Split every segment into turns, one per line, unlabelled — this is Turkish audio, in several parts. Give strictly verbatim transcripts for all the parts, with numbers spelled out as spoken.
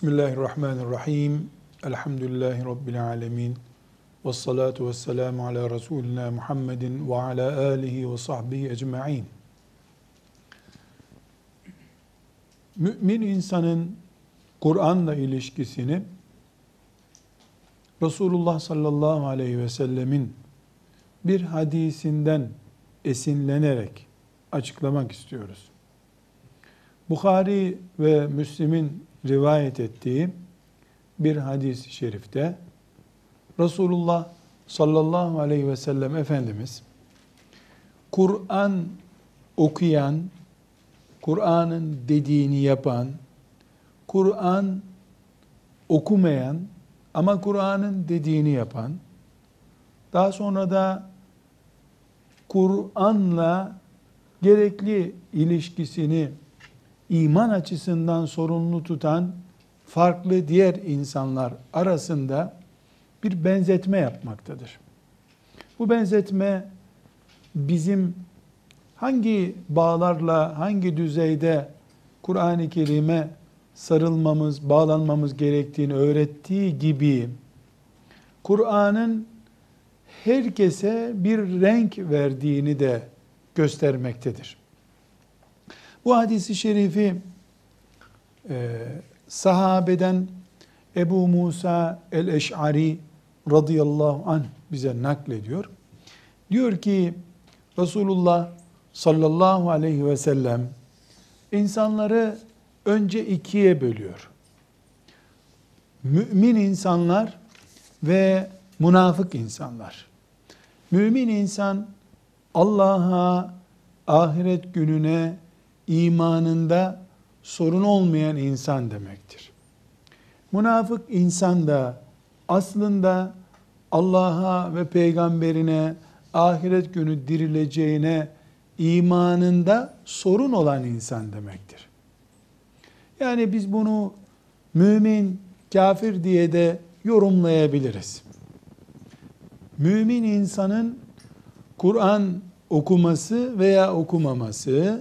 Bismillahirrahmanirrahim. Elhamdülillahi Rabbil alemin. Vessalatu vesselamu ala Resulina Muhammedin ve ala alihi ve sahbihi ecma'in. Mümin insanın Kur'an'la ilişkisini Resulullah sallallahu aleyhi ve sellemin bir hadisinden esinlenerek açıklamak istiyoruz. Bukhari ve Müslim'in rivayet ettiği bir hadis-i şerifte Resulullah sallallahu aleyhi ve sellem Efendimiz Kur'an okuyan, Kur'an'ın dediğini yapan, Kur'an okumayan ama Kur'an'ın dediğini yapan, daha sonra da Kur'an'la gerekli ilişkisini iman açısından sorumlu tutan farklı diğer insanlar arasında bir benzetme yapmaktadır. Bu benzetme bizim hangi bağlarla, hangi düzeyde Kur'an-ı Kerim'e sarılmamız, bağlanmamız gerektiğini öğrettiği gibi Kur'an'ın herkese bir renk verdiğini de göstermektedir. Bu hadis-i şerifi e, sahabeden Ebu Musa el-Eş'ari radıyallahu anh bize naklediyor. Diyor ki Resulullah sallallahu aleyhi ve sellem insanları önce ikiye bölüyor. Mümin insanlar ve münafık insanlar. Mümin insan Allah'a, ahiret gününe, imanında sorun olmayan insan demektir. Münafık insan da aslında Allah'a ve peygamberine, ahiret günü dirileceğine imanında sorun olan insan demektir. Yani biz bunu mümin, kafir diye de yorumlayabiliriz. Mümin insanın Kur'an okuması veya okumaması,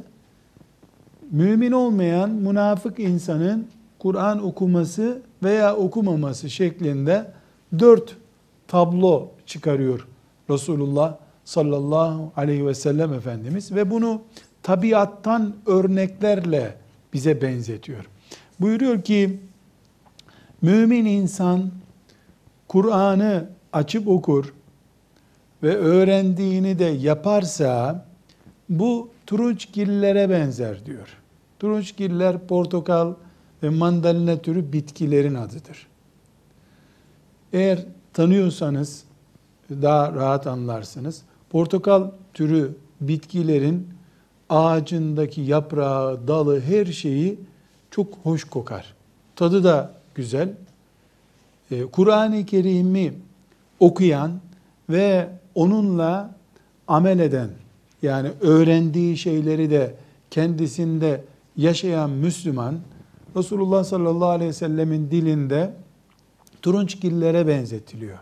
mümin olmayan münafık insanın Kur'an okuması veya okumaması şeklinde dört tablo çıkarıyor Resulullah sallallahu aleyhi ve sellem Efendimiz ve bunu tabiattan örneklerle bize benzetiyor. Buyuruyor ki mümin insan Kur'an'ı açıp okur ve öğrendiğini de yaparsa bu turunçgillere benzer diyor. Turunçgiller portakal ve mandalina türü bitkilerin adıdır. Eğer tanıyorsanız daha rahat anlarsınız. Portakal türü bitkilerin ağacındaki yaprağı, dalı, her şeyi çok hoş kokar. Tadı da güzel. Ee, Kur'an-ı Kerim'i okuyan ve onunla amel eden, yani öğrendiği şeyleri de kendisinde yaşayan Müslüman, Resulullah sallallahu aleyhi ve sellemin dilinde turunçgillere benzetiliyor.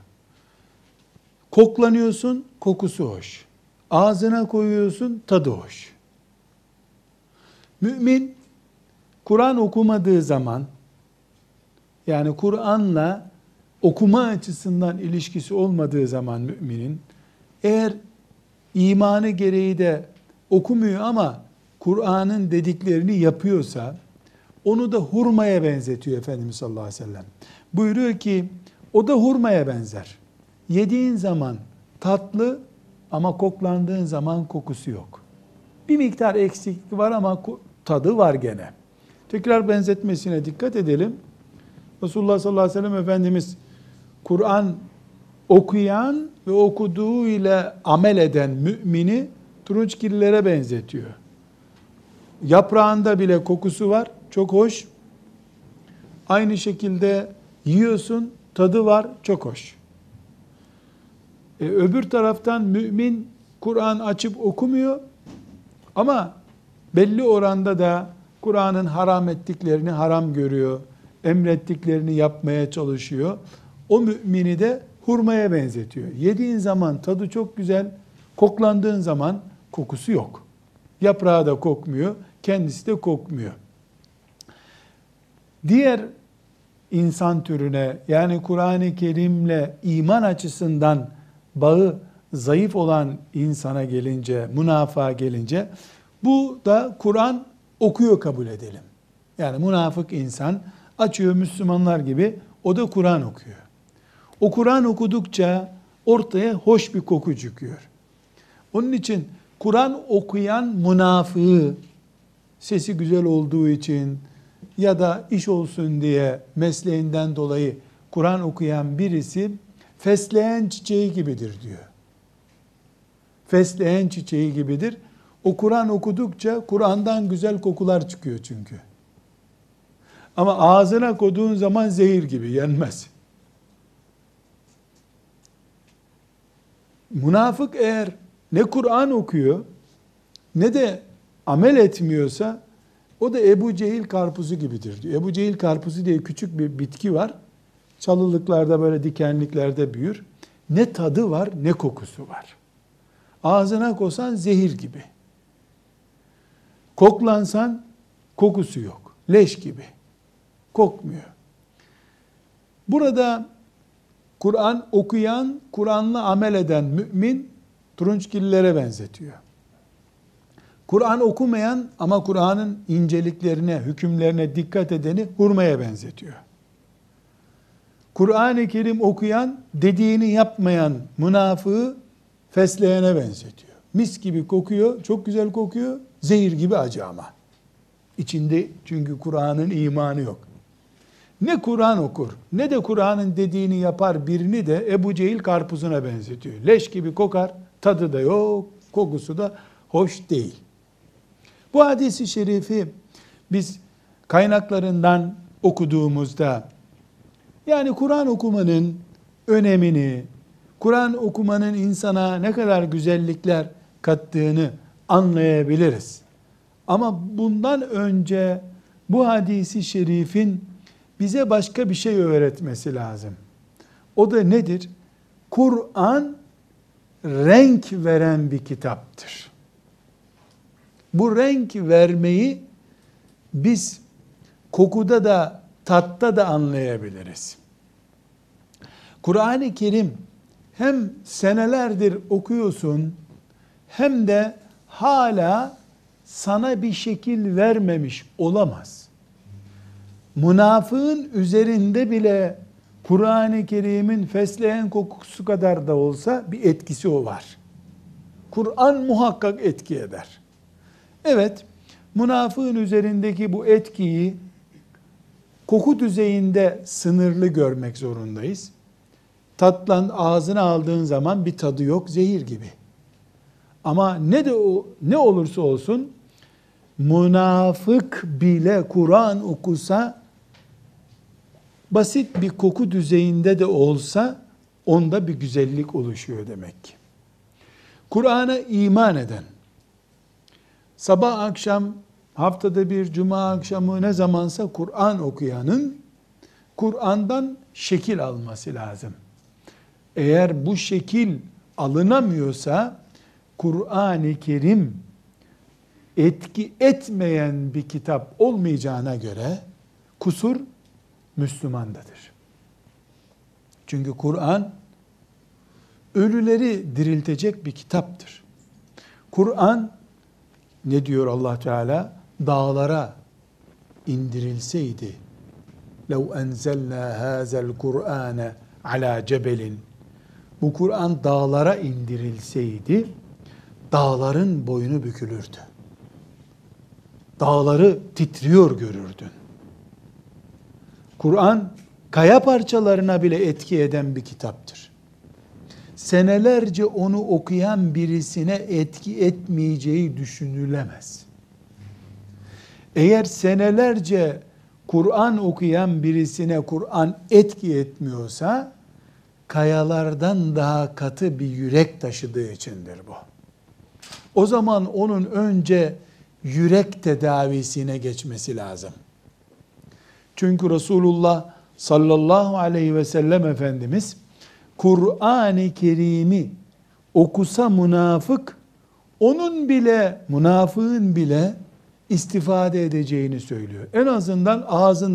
Koklanıyorsun, kokusu hoş. Ağzına koyuyorsun, tadı hoş. Mümin, Kur'an okumadığı zaman, yani Kur'an'la okuma açısından ilişkisi olmadığı zaman müminin, eğer imanı gereği de okumuyor ama Kur'an'ın dediklerini yapıyorsa, onu da hurmaya benzetiyor Efendimiz sallallahu aleyhi ve sellem. Buyuruyor ki, o da hurmaya benzer. Yediğin zaman tatlı ama koklandığın zaman kokusu yok. Bir miktar eksiklik var ama tadı var gene. Tekrar benzetmesine dikkat edelim. Resulullah sallallahu aleyhi ve sellem Efendimiz, Kur'an okuyan ve okuduğu ile amel eden mümini turunçgillere benzetiyor. Yaprağında bile kokusu var, çok hoş. Aynı şekilde yiyorsun, tadı var, çok hoş. E, öbür taraftan mümin Kur'an açıp okumuyor ama belli oranda da Kur'an'ın haram ettiklerini haram görüyor, emrettiklerini yapmaya çalışıyor. O mümini de hurmaya benzetiyor. Yediğin zaman tadı çok güzel, koklandığın zaman kokusu yok. Yaprağı da kokmuyor, kendisi de kokmuyor. Diğer insan türüne, yani Kur'an-ı Kerim'le iman açısından bağı zayıf olan insana gelince, münafığa gelince, bu da Kur'an okuyor kabul edelim. Yani münafık insan açıyor Müslümanlar gibi, o da Kur'an okuyor. O Kur'an okudukça ortaya hoş bir koku çıkıyor. Onun için Kur'an okuyan münafığı, sesi güzel olduğu için ya da iş olsun diye mesleğinden dolayı Kur'an okuyan birisi fesleğen çiçeği gibidir diyor. Fesleğen çiçeği gibidir. O Kur'an okudukça Kur'an'dan güzel kokular çıkıyor çünkü. Ama ağzına koyduğun zaman zehir gibi yenmez. Münafık eğer ne Kur'an okuyor ne de amel etmiyorsa o da Ebu Cehil karpuzu gibidir diyor. Ebu Cehil karpuzu diye küçük bir bitki var. Çalılıklarda, böyle dikenliklerde büyür. Ne tadı var ne kokusu var. Ağzına koysan zehir gibi. Koklansan kokusu yok. Leş gibi. Kokmuyor. Burada Kur'an okuyan, Kur'an'la amel eden mümin turunçgillere benzetiyor. Kur'an okumayan ama Kur'an'ın inceliklerine, hükümlerine dikkat edeni hurmaya benzetiyor. Kur'an-ı Kerim okuyan, dediğini yapmayan münafığı fesleğene benzetiyor. Mis gibi kokuyor, çok güzel kokuyor, zehir gibi acı ama. İçinde çünkü Kur'an'ın imanı yok. Ne Kur'an okur, ne de Kur'an'ın dediğini yapar birini de Ebu Cehil karpuzuna benzetiyor. Leş gibi kokar, tadı da yok, kokusu da hoş değil. Bu hadis-i şerifi biz kaynaklarından okuduğumuzda, yani Kur'an okumanın önemini, Kur'an okumanın insana ne kadar güzellikler kattığını anlayabiliriz. Ama bundan önce bu hadisi şerifin bize başka bir şey öğretmesi lazım. O da nedir? Kur'an renk veren bir kitaptır. Bu renk vermeyi biz kokuda da tatta da anlayabiliriz. Kur'an-ı Kerim hem senelerdir okuyorsun hem de hala sana bir şekil vermemiş olamaz. Münafığın üzerinde bile Kur'an-ı Kerim'in fesleğen kokusu kadar da olsa bir etkisi o var. Kur'an muhakkak etki eder. Evet, münafığın üzerindeki bu etkiyi koku düzeyinde sınırlı görmek zorundayız. Tatlan ağzına aldığın zaman bir tadı yok, zehir gibi. Ama ne de o, ne olursa olsun münafık bile Kur'an okusa, basit bir koku düzeyinde de olsa onda bir güzellik oluşuyor demek ki. Kur'an'a iman eden, sabah akşam, haftada bir cuma akşamı ne zamansa Kur'an okuyanın Kur'an'dan şekil alması lazım. Eğer bu şekil alınamıyorsa Kur'an-ı Kerim etki etmeyen bir kitap olmayacağına göre kusur Müslümandadır. Çünkü Kur'an ölüleri diriltecek bir kitaptır. Kur'an ne diyor Allah Teala? Dağlara indirilseydi, لَوْ أَنْزَلْنَا هَذَا الْقُرْآنَ عَلَى جَبَلٍ, bu Kur'an dağlara indirilseydi, dağların boynu bükülürdü. Dağları titriyor görürdün. Kur'an, kaya parçalarına bile etki eden bir kitaptır. Senelerce onu okuyan birisine etki etmeyeceği düşünülemez. Eğer senelerce Kur'an okuyan birisine Kur'an etki etmiyorsa, kayalardan daha katı bir yürek taşıdığı içindir bu. O zaman onun önce yürek tedavisine geçmesi lazım. Çünkü Resulullah sallallahu aleyhi ve sellem Efendimiz, Kur'an-ı Kerim'i okusa münafık, onun bile, münafığın bile istifade edeceğini söylüyor. En azından ağzından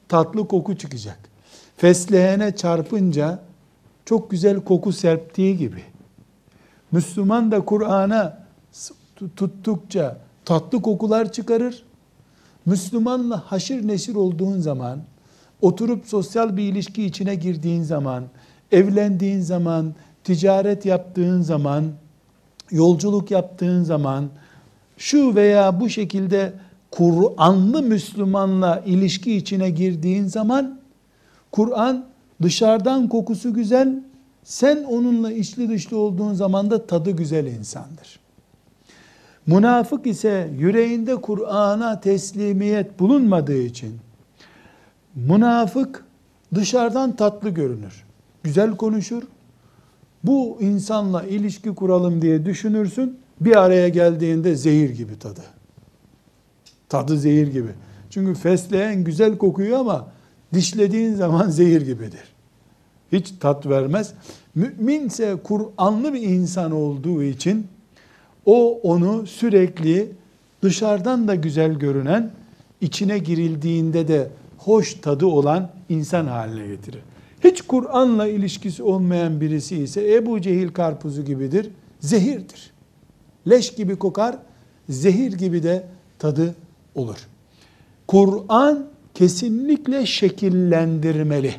tatlı koku çıkacak. Feslehene çarpınca çok güzel koku serptiği gibi. Müslüman da Kur'an'a tuttukça tatlı kokular çıkarır. Müslümanla haşır neşir olduğun zaman, oturup sosyal bir ilişki içine girdiğin zaman, evlendiğin zaman, ticaret yaptığın zaman, yolculuk yaptığın zaman, şu veya bu şekilde Kur'anlı Müslümanla ilişki içine girdiğin zaman, Kur'an dışarıdan kokusu güzel, sen onunla içli dışlı olduğun zaman da tadı güzel insandır. Münafık ise yüreğinde Kur'an'a teslimiyet bulunmadığı için, münafık dışarıdan tatlı görünür, güzel konuşur, bu insanla ilişki kuralım diye düşünürsün, bir araya geldiğinde zehir gibi tadı. Tadı zehir gibi. Çünkü fesleğen güzel kokuyor ama dişlediğin zaman zehir gibidir. Hiç tat vermez. Müminse Kur'anlı bir insan olduğu için o onu sürekli dışarıdan da güzel görünen, içine girildiğinde de hoş tadı olan insan haline getirir. Hiç Kur'an'la ilişkisi olmayan birisi ise Ebu Cehil karpuzu gibidir, zehirdir. Leş gibi kokar, zehir gibi de tadı olur. Kur'an kesinlikle şekillendirmeli.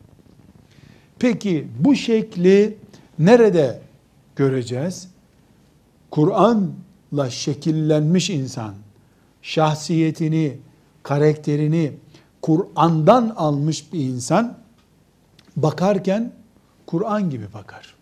Peki bu şekli nerede göreceğiz? Kur'an'la şekillenmiş insan, şahsiyetini, karakterini Kur'an'dan almış bir insan, bakarken Kur'an gibi bakar.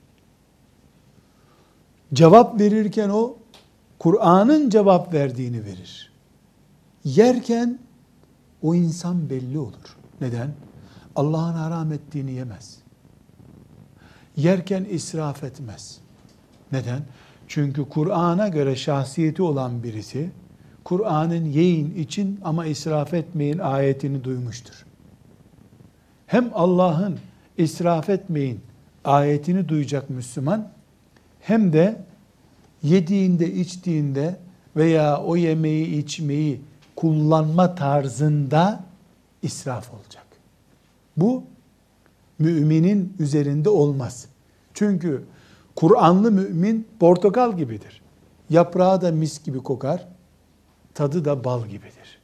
Cevap verirken o, Kur'an'ın cevap verdiğini verir. Yerken o insan belli olur. Neden? Allah'ın haram ettiğini yemez. Yerken israf etmez. Neden? Çünkü Kur'an'a göre şahsiyeti olan birisi, Kur'an'ın yiyin için ama israf etmeyin ayetini duymuştur. Hem Allah'ın israf etmeyin ayetini duyacak Müslüman, hem de yediğinde, içtiğinde veya o yemeği, içmeyi kullanma tarzında israf olacak. Bu müminin üzerinde olmaz. Çünkü Kur'anlı mümin portakal gibidir. Yaprağı da mis gibi kokar, tadı da bal gibidir.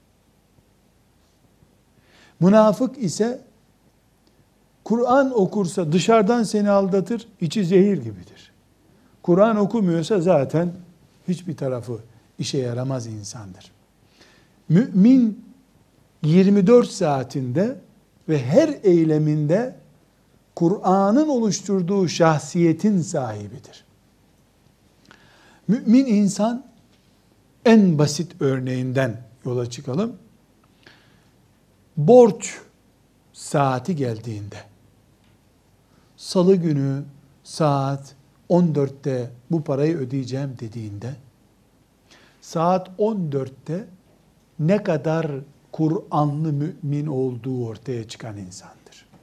Münafık ise Kur'an okursa dışarıdan seni aldatır, içi zehir gibidir. Kur'an okumuyorsa zaten hiçbir tarafı işe yaramaz insandır. Mümin yirmi dört saatinde ve her eyleminde Kur'an'ın oluşturduğu şahsiyetin sahibidir. Mümin insan, en basit örneğinden yola çıkalım. Borç saati geldiğinde, salı günü saat on dörtte bu parayı ödeyeceğim dediğinde, saat on dörtte ne kadar Kur'anlı mümin olduğu ortaya çıkan insandır.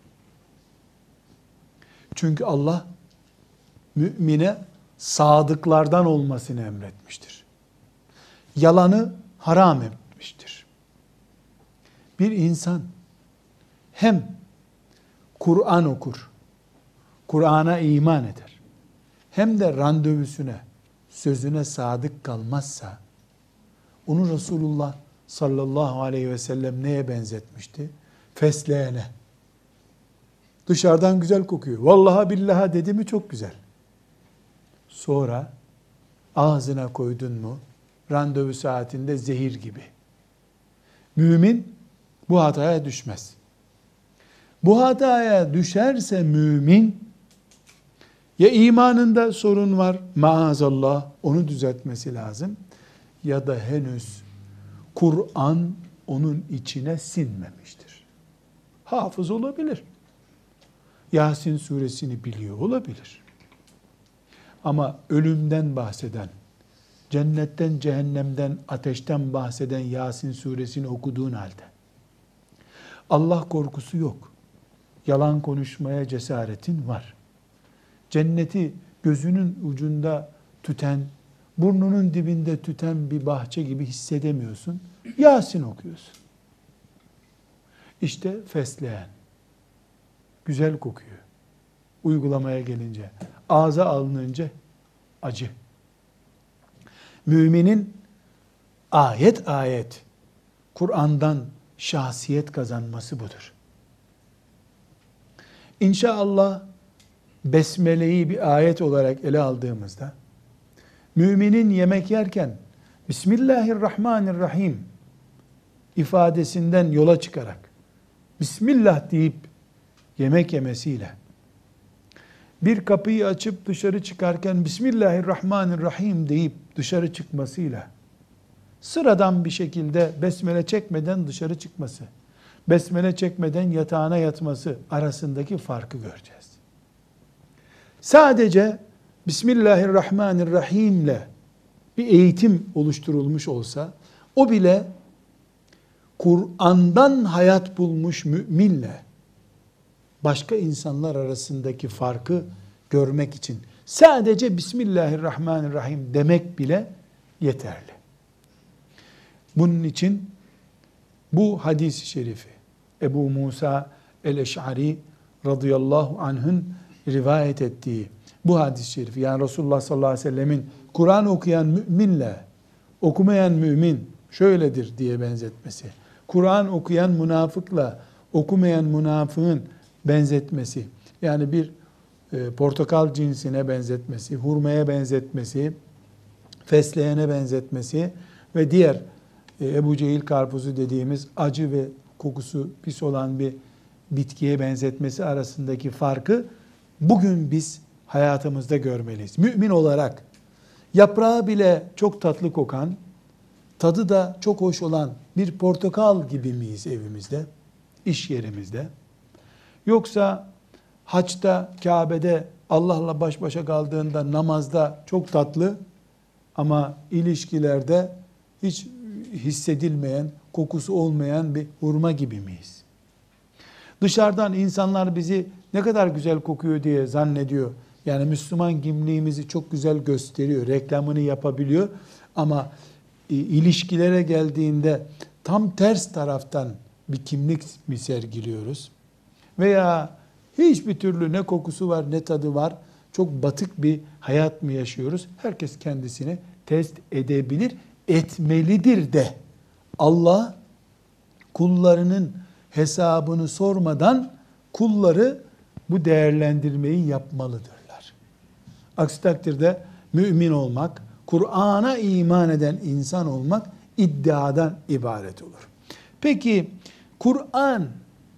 Çünkü Allah mümine sadıklardan olmasını emretmiştir. Yalanı haram etmiştir. Bir insan hem Kur'an okur, Kur'an'a iman eder, hem de randevusuna, sözüne sadık kalmazsa, onu Resulullah sallallahu aleyhi ve sellem neye benzetmişti? Fesleğene. Dışarıdan güzel kokuyor. Vallahi billahi dedi mi çok güzel. Sonra ağzına koydun mu randevu saatinde zehir gibi. Mümin bu hataya düşmez. Bu hataya düşerse mümin, ya imanında sorun var maazallah, onu düzeltmesi lazım, ya da henüz Kur'an onun içine sinmemiştir. Hafız olabilir. Yasin suresini biliyor olabilir. Ama ölümden bahseden, cennetten, cehennemden, ateşten bahseden Yasin suresini okuduğun halde, Allah korkusu yok, yalan konuşmaya cesaretin var, cenneti gözünün ucunda tüten, burnunun dibinde tüten bir bahçe gibi hissedemiyorsun, Yasin okuyorsun. İşte fesleğen. Güzel kokuyor. Uygulamaya gelince, ağza alınınca acı. Müminin ayet ayet Kur'an'dan şahsiyet kazanması budur. İnşallah Besmele'yi bir ayet olarak ele aldığımızda, müminin yemek yerken Bismillahirrahmanirrahim ifadesinden yola çıkarak Bismillah deyip yemek yemesiyle, bir kapıyı açıp dışarı çıkarken Bismillahirrahmanirrahim deyip dışarı çıkmasıyla, sıradan bir şekilde besmele çekmeden dışarı çıkması, besmele çekmeden yatağına yatması arasındaki farkı göreceğiz. Sadece Bismillahirrahmanirrahim'le bir eğitim oluşturulmuş olsa, o bile Kur'an'dan hayat bulmuş müminle başka insanlar arasındaki farkı görmek için sadece Bismillahirrahmanirrahim demek bile yeterli. Bunun için bu hadis-i şerifi Ebu Musa el-Eş'ari radıyallahu anh'ın rivayet ettiği bu hadis-i şerifi, yani Resulullah sallallahu aleyhi ve sellemin Kur'an okuyan müminle okumayan mümin şöyledir diye benzetmesi, Kur'an okuyan münafıkla okumayan münafığın benzetmesi, yani bir e, portakal cinsine benzetmesi, hurmaya benzetmesi, fesleğene benzetmesi ve diğer e, Ebu Cehil karpuzu dediğimiz acı ve kokusu pis olan bir bitkiye benzetmesi arasındaki farkı bugün biz hayatımızda görmeliyiz. Mümin olarak yaprağı bile çok tatlı kokan, tadı da çok hoş olan bir portakal gibi miyiz evimizde, iş yerimizde? Yoksa haçta, Kabe'de Allah'la baş başa kaldığında namazda çok tatlı ama ilişkilerde hiç hissedilmeyen, kokusu olmayan bir hurma gibi miyiz? Dışarıdan insanlar bizi ne kadar güzel kokuyor diye zannediyor. Yani Müslüman kimliğimizi çok güzel gösteriyor, reklamını yapabiliyor. Ama ilişkilere geldiğinde tam ters taraftan bir kimlik mi sergiliyoruz? Veya hiçbir türlü ne kokusu var ne tadı var, çok batık bir hayat mı yaşıyoruz? Herkes kendisini test edebilir, etmelidir de. Allah kullarının hesabını sormadan kulları bu değerlendirmeyi yapmalıdırlar. Aksi takdirde mümin olmak, Kur'an'a iman eden insan olmak iddiadan ibaret olur. Peki Kur'an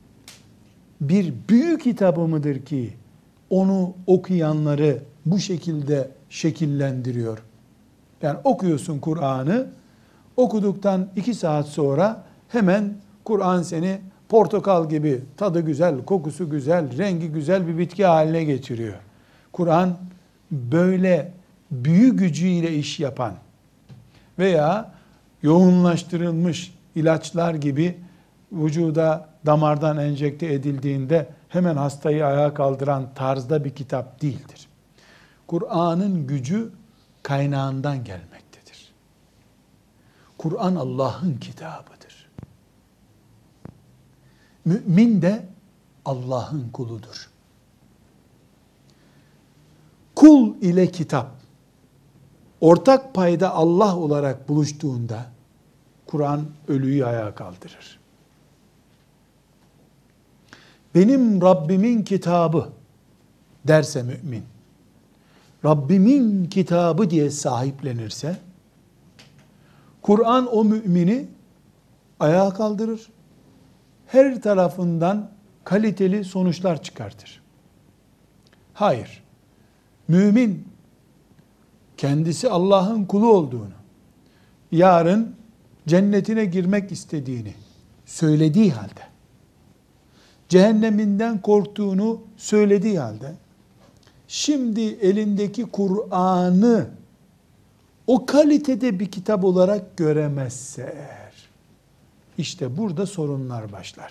bir büyük kitabı mıdır ki onu okuyanları bu şekilde şekillendiriyor? Yani okuyorsun Kur'an'ı, okuduktan iki saat sonra hemen Kur'an seni portakal gibi tadı güzel, kokusu güzel, rengi güzel bir bitki haline getiriyor. Kur'an böyle büyü gücüyle iş yapan veya yoğunlaştırılmış ilaçlar gibi vücuda damardan enjekte edildiğinde hemen hastayı ayağa kaldıran tarzda bir kitap değildir. Kur'an'ın gücü kaynağından gelmektedir. Kur'an Allah'ın kitabıdır. Mümin de Allah'ın kuludur. Kul ile kitap ortak payda Allah olarak buluştuğunda Kur'an ölüyü ayağa kaldırır. Benim Rabbimin kitabı derse mümin, Rabbimin kitabı diye sahiplenirse, Kur'an o mümini ayağa kaldırır. Her tarafından kaliteli sonuçlar çıkartır. Hayır, mümin kendisi Allah'ın kulu olduğunu, yarın cennetine girmek istediğini söylediği halde, cehenneminden korktuğunu söylediği halde, şimdi elindeki Kur'an'ı o kalitede bir kitap olarak göremezse eğer, işte burada sorunlar başlar.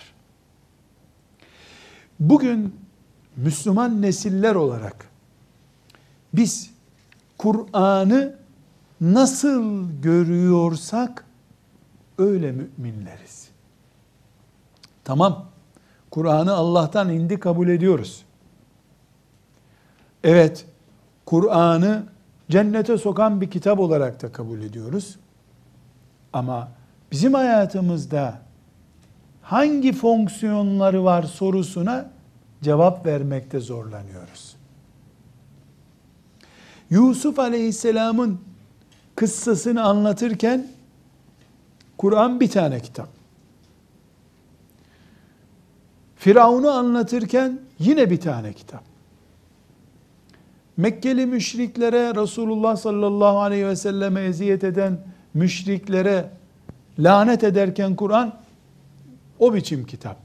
Bugün Müslüman nesiller olarak biz Kur'an'ı nasıl görüyorsak öyle müminleriz. Tamam, Kur'an'ı Allah'tan indi kabul ediyoruz. Evet, Kur'an'ı cennete sokan bir kitap olarak da kabul ediyoruz. Ama bizim hayatımızda hangi fonksiyonları var sorusuna cevap vermekte zorlanıyoruz. Yusuf Aleyhisselam'ın kıssasını anlatırken Kur'an bir tane kitap. Firavun'u anlatırken yine bir tane kitap. Mekkeli müşriklere, Resulullah sallallahu aleyhi ve selleme eziyet eden müşriklere lanet ederken Kur'an o biçim kitap.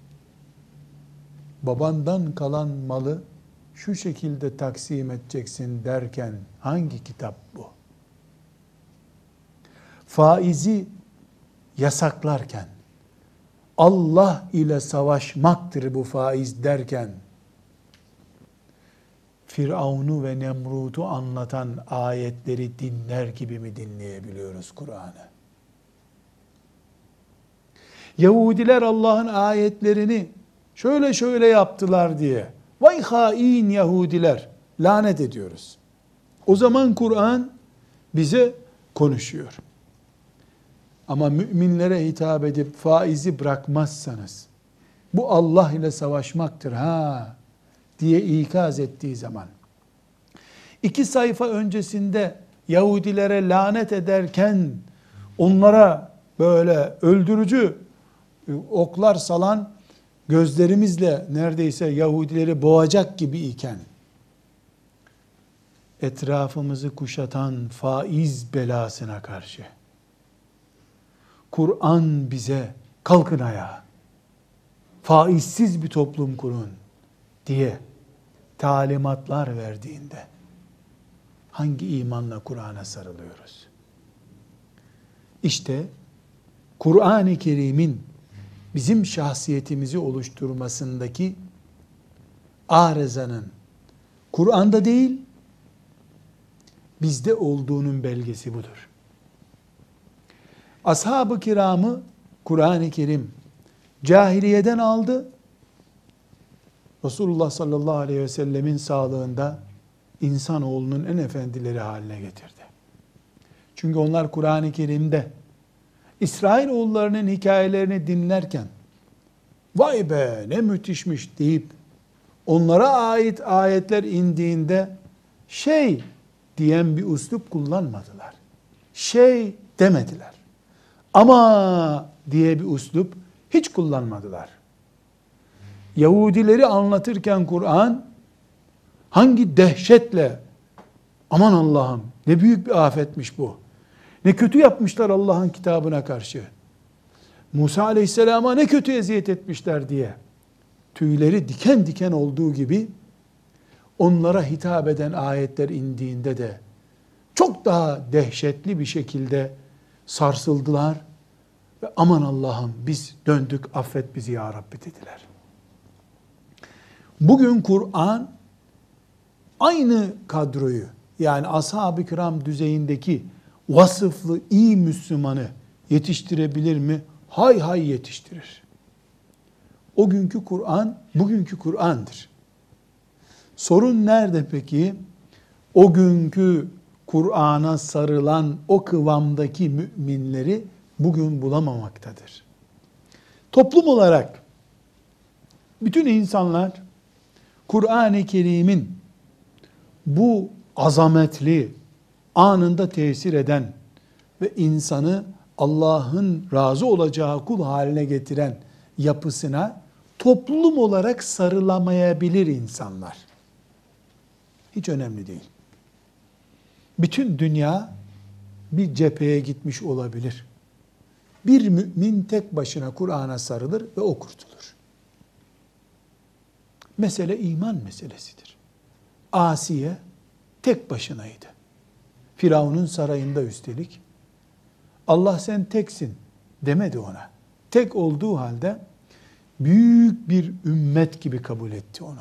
Babandan kalan malı şu şekilde taksim edeceksin derken hangi kitap bu? Faizi yasaklarken Allah ile savaşmaktır bu faiz derken Firavun'u ve Nemrut'u anlatan ayetleri dinler gibi mi dinleyebiliyoruz Kur'an'ı? Yahudiler Allah'ın ayetlerini şöyle şöyle yaptılar diye vay hain Yahudiler lanet ediyoruz. O zaman Kur'an bize konuşuyor. Ama müminlere hitap edip faizi bırakmazsanız bu Allah ile savaşmaktır ha diye ikaz ettiği zaman iki sayfa öncesinde Yahudilere lanet ederken onlara böyle öldürücü oklar salan gözlerimizle neredeyse Yahudileri boğacak gibi iken etrafımızı kuşatan faiz belasına karşı Kur'an bize kalkın ayağa, faizsiz bir toplum kurun diye talimatlar verdiğinde hangi imanla Kur'an'a sarılıyoruz? İşte Kur'an-ı Kerim'in bizim şahsiyetimizi oluşturmasındaki arızanın Kur'an'da değil, bizde olduğunun belgesi budur. Ashab-ı kiramı Kur'an-ı Kerim cahiliyeden aldı. Resulullah sallallahu aleyhi ve sellemin sağlığında insanoğlunun en efendileri haline getirdi. Çünkü onlar Kur'an-ı Kerim'de İsrailoğullarının hikayelerini dinlerken vay be ne müthişmiş deyip onlara ait ayetler indiğinde şey diyen bir üslup kullanmadılar. Şey demediler. Ama diye bir üslup hiç kullanmadılar. Yahudileri anlatırken Kur'an hangi dehşetle aman Allah'ım ne büyük bir afetmiş bu. Ne kötü yapmışlar Allah'ın kitabına karşı. Musa aleyhisselama ne kötü eziyet etmişler diye tüyleri diken diken olduğu gibi onlara hitap eden ayetler indiğinde de çok daha dehşetli bir şekilde sarsıldılar ve aman Allah'ım biz döndük affet bizi ya Rabbi dediler. Bugün Kur'an aynı kadroyu yani ashab-ı kiram düzeyindeki vasıflı iyi Müslümanı yetiştirebilir mi? Hay hay yetiştirir. O günkü Kur'an bugünkü Kur'an'dır. Sorun nerede peki? O günkü Kur'an'a sarılan o kıvamdaki müminleri bugün bulamamaktadır. Toplum olarak bütün insanlar Kur'an-ı Kerim'in bu azametli, anında tesir eden ve insanı Allah'ın razı olacağı kul haline getiren yapısına toplum olarak sarılamayabilir insanlar. Hiç önemli değil. Bütün dünya bir cepheye gitmiş olabilir. Bir mümin tek başına Kur'an'a sarılır ve o kurtulur. Mesele iman meselesidir. Asiye tek başınaydı. Firavun'un sarayında üstelik. Allah sen teksin demedi ona. Tek olduğu halde büyük bir ümmet gibi kabul etti onu.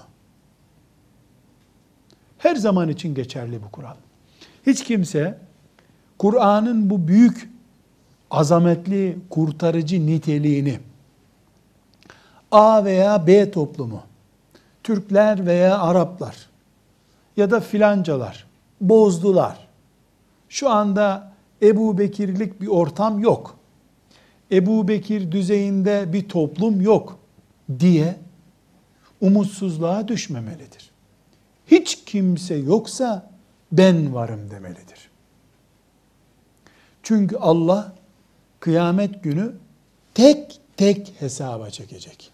Her zaman için geçerli bu kural. Hiç kimse Kur'an'ın bu büyük, azametli, kurtarıcı niteliğini A veya B toplumu, Türkler veya Araplar ya da filancalar bozdular. Şu anda Ebu Bekirlik bir ortam yok. Ebu Bekir düzeyinde bir toplum yok diye umutsuzluğa düşmemelidir. Hiç kimse yoksa ben varım demelidir. Çünkü Allah kıyamet günü tek tek hesaba çekecek.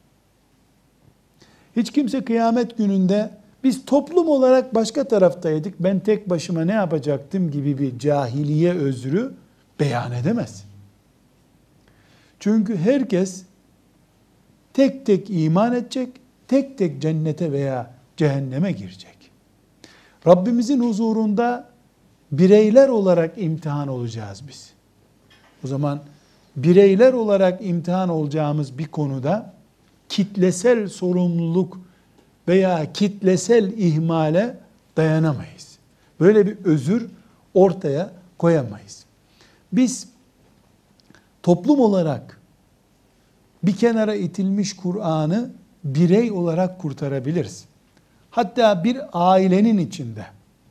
Hiç kimse kıyamet gününde biz toplum olarak başka taraftaydık, ben tek başıma ne yapacaktım gibi bir cahiliye özrü beyan edemez. Çünkü herkes tek tek iman edecek, tek tek cennete veya cehenneme girecek. Rabbimizin huzurunda bireyler olarak imtihan olacağız biz. O zaman bireyler olarak imtihan olacağımız bir konuda kitlesel sorumluluk veya kitlesel ihmale dayanamayız. Böyle bir özür ortaya koyamayız. Biz toplum olarak bir kenara itilmiş Kur'an'ı birey olarak kurtarabiliriz. Hatta bir ailenin içinde,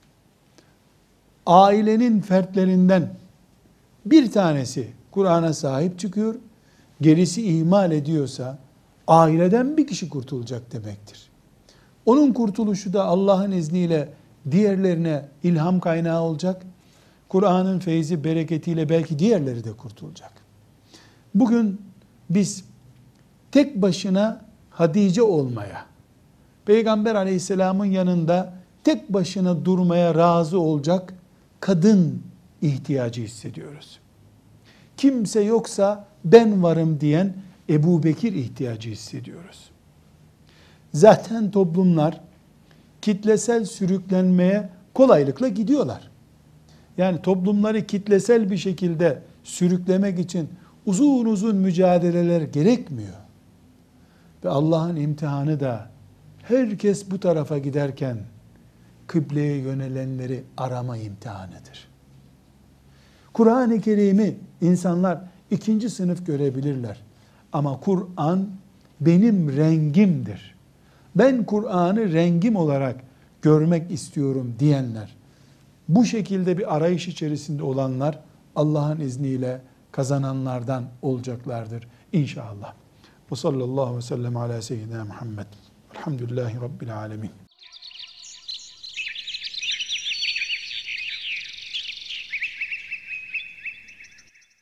ailenin fertlerinden bir tanesi Kur'an'a sahip çıkıyor, gerisi ihmal ediyorsa, aileden bir kişi kurtulacak demektir. Onun kurtuluşu da Allah'ın izniyle diğerlerine ilham kaynağı olacak. Kur'an'ın feyzi, bereketiyle belki diğerleri de kurtulacak. Bugün biz tek başına Hatice olmaya, Peygamber Aleyhisselam'ın yanında tek başına durmaya razı olacak kadın ihtiyacı hissediyoruz. Kimse yoksa ben varım diyen Ebu Bekir ihtiyacı hissediyoruz. Zaten toplumlar kitlesel sürüklenmeye kolaylıkla gidiyorlar. Yani toplumları kitlesel bir şekilde sürüklemek için uzun uzun mücadeleler gerekmiyor. Ve Allah'ın imtihanı da herkes bu tarafa giderken kıbleye yönelenleri arama imtihanıdır. Kur'an-ı Kerim'i insanlar ikinci sınıf görebilirler. Ama Kur'an benim rengimdir. Ben Kur'an'ı rengim olarak görmek istiyorum diyenler, bu şekilde bir arayış içerisinde olanlar Allah'ın izniyle kazananlardan olacaklardır inşallah. Ve sallallahu aleyhi ve sellem ala seyyidina Muhammed. Elhamdülillahi Rabbil alemin.